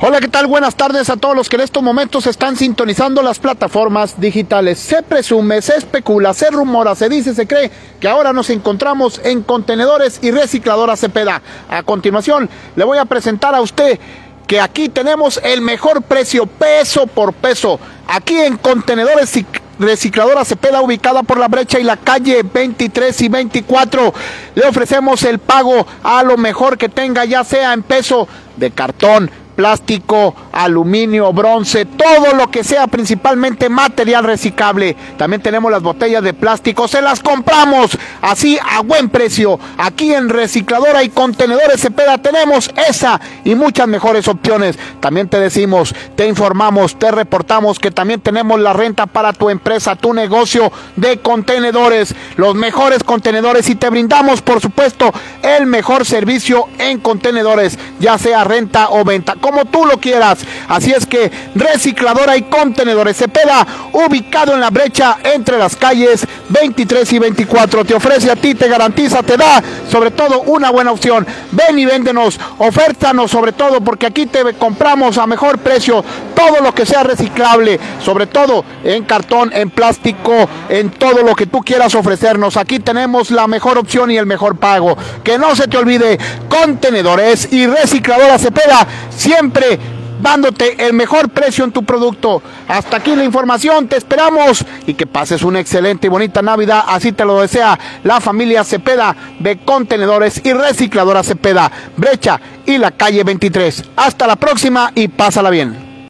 Hola, ¿qué tal? Buenas tardes a todos los que en estos momentos están sintonizando las plataformas digitales. Se presume, se especula, se rumora, se dice, se cree que ahora nos encontramos en Contenedores y Recicladora Cepeda. A continuación, le voy a presentar a usted que aquí tenemos el mejor precio, peso por peso. Aquí en Contenedores y Recicladora Cepeda, ubicada por la Brecha y la calle 23 y 24. Le ofrecemos el pago a lo mejor que tenga, ya sea en peso de cartón, plástico, aluminio, bronce, todo lo que sea, principalmente material reciclable. También tenemos las botellas de plástico, se las compramos así a buen precio. Aquí en Recicladora y Contenedores Cepeda tenemos esa y muchas mejores opciones. También te decimos, te informamos, te reportamos que también tenemos la renta para tu empresa, tu negocio de contenedores, los mejores contenedores, y te brindamos, por supuesto, el mejor servicio en contenedores, ya sea renta o venta, como tú lo quieras. Así es que Recicladora y Contenedores Cepeda, ubicado en la Brecha entre las calles 23 y 24, te ofrece a ti, te garantiza, te da sobre todo una buena opción. Ven y véndenos, ofértanos sobre todo, porque aquí te compramos a mejor precio todo lo que sea reciclable, sobre todo en cartón, en plástico, en todo lo que tú quieras ofrecernos. Aquí tenemos la mejor opción y el mejor pago. Que no se te olvide, Contenedores y Recicladora Cepeda, siempre dándote el mejor precio en tu producto. Hasta aquí la información, te esperamos y que pases una excelente y bonita Navidad, así te lo desea la familia Cepeda de Contenedores y Recicladora Cepeda, Brecha y la calle 23. Hasta la próxima y pásala bien.